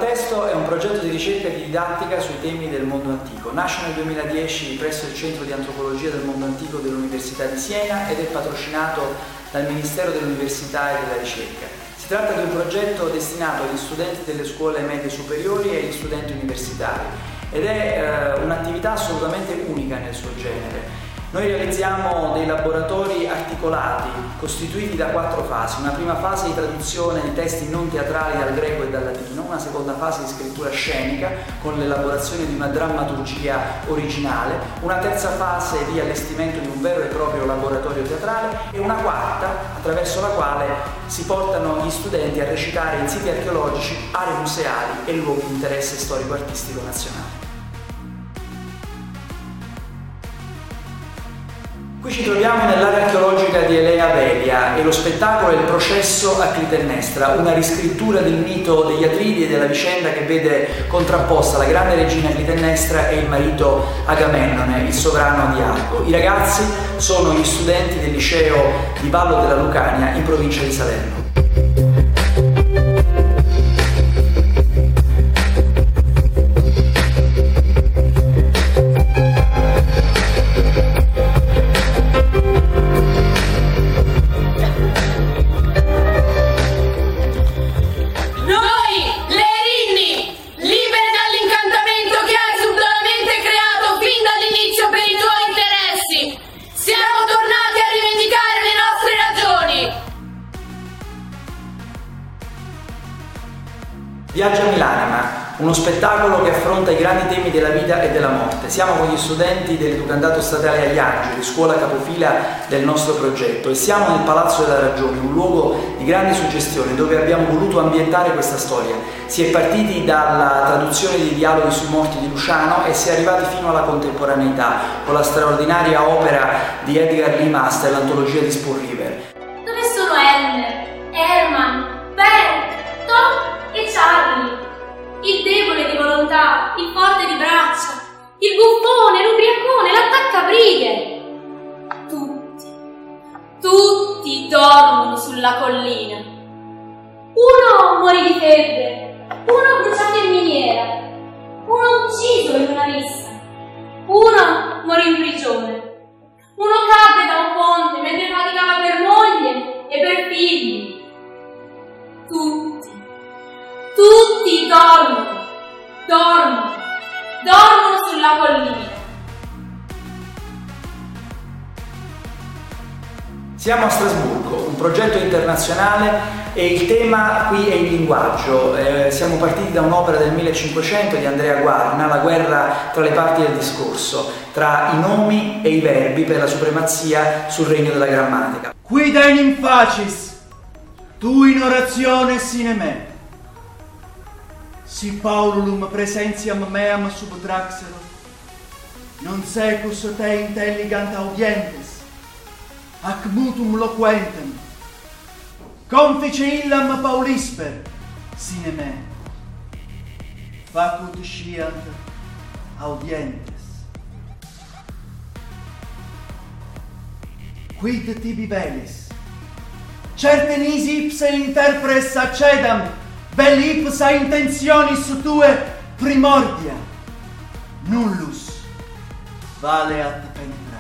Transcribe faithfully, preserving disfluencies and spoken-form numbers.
Testo è un progetto di ricerca e di didattica sui temi del mondo antico. Nasce nel duemiladieci presso il Centro di Antropologia del Mondo Antico dell'Università di Siena ed è patrocinato dal Ministero dell'Università e della Ricerca. Si tratta di un progetto destinato agli studenti delle scuole medie superiori e agli studenti universitari ed è eh, un'attività assolutamente unica nel suo genere. Noi realizziamo dei laboratori articolati, costituiti da quattro fasi. Una prima fase di traduzione di testi non teatrali dal greco e dal latino, una seconda fase di scrittura scenica, con l'elaborazione di una drammaturgia originale, una terza fase di allestimento di un vero e proprio laboratorio teatrale e una quarta, attraverso la quale si portano gli studenti a recitare in siti archeologici, aree museali e luoghi di interesse storico-artistico nazionale. Qui ci troviamo nell'area archeologica di Elea Velia e lo spettacolo è il processo a Clitennestra, una riscrittura del mito degli Atridi e della vicenda che vede contrapposta la grande regina Clitennestra e il marito Agamennone, il sovrano di Argo. I ragazzi sono gli studenti del liceo di Vallo della Lucania in provincia di Salerno. Viaggio a Milanima, uno spettacolo che affronta i grandi temi della vita e della morte. Siamo con gli studenti dell'Educandato Statale agli Angeli, scuola capofila del nostro progetto, e siamo nel Palazzo della Ragione, un luogo di grande suggestione dove abbiamo voluto ambientare questa storia. Si è partiti dalla traduzione di dialoghi sui morti di Luciano e si è arrivati fino alla contemporaneità, con la straordinaria opera di Edgar Lee Master, l'antologia di Spoon River. Dove sono Elmer, Herman, Bert, Tom e Charlie? Il debole di volontà, il forte di braccia, il buffone, l'ubriacone, l'attaccabrighe. Tutti, tutti dormono sulla collina. Uno morì di febbre, uno bruciato in miniera, uno ucciso in una rissa, uno morì in prigione, uno cadde da un ponte mentre faticava per moglie e per figli. Tutti, tutti dormono, dormono, dormono sulla collina. Siamo a Strasburgo, un progetto internazionale e il tema qui è il linguaggio. Eh, siamo partiti da un'opera del millecinquecento di Andrea Guarna, La guerra tra le parti del discorso, tra i nomi e i verbi per la supremazia sul regno della grammatica. Quid enim facis, tu in orazione sine me. Si Paulum presentiam meam subtraxero, non secus te intelligant audientes, ac mutum loquentem, confice illam Paulisper, sine me, facut sciant audientes. Quid tibi velis, certe nisi ipse interpres accedam, belli ipsa intentionis tue primordia, nullus valeat penetra.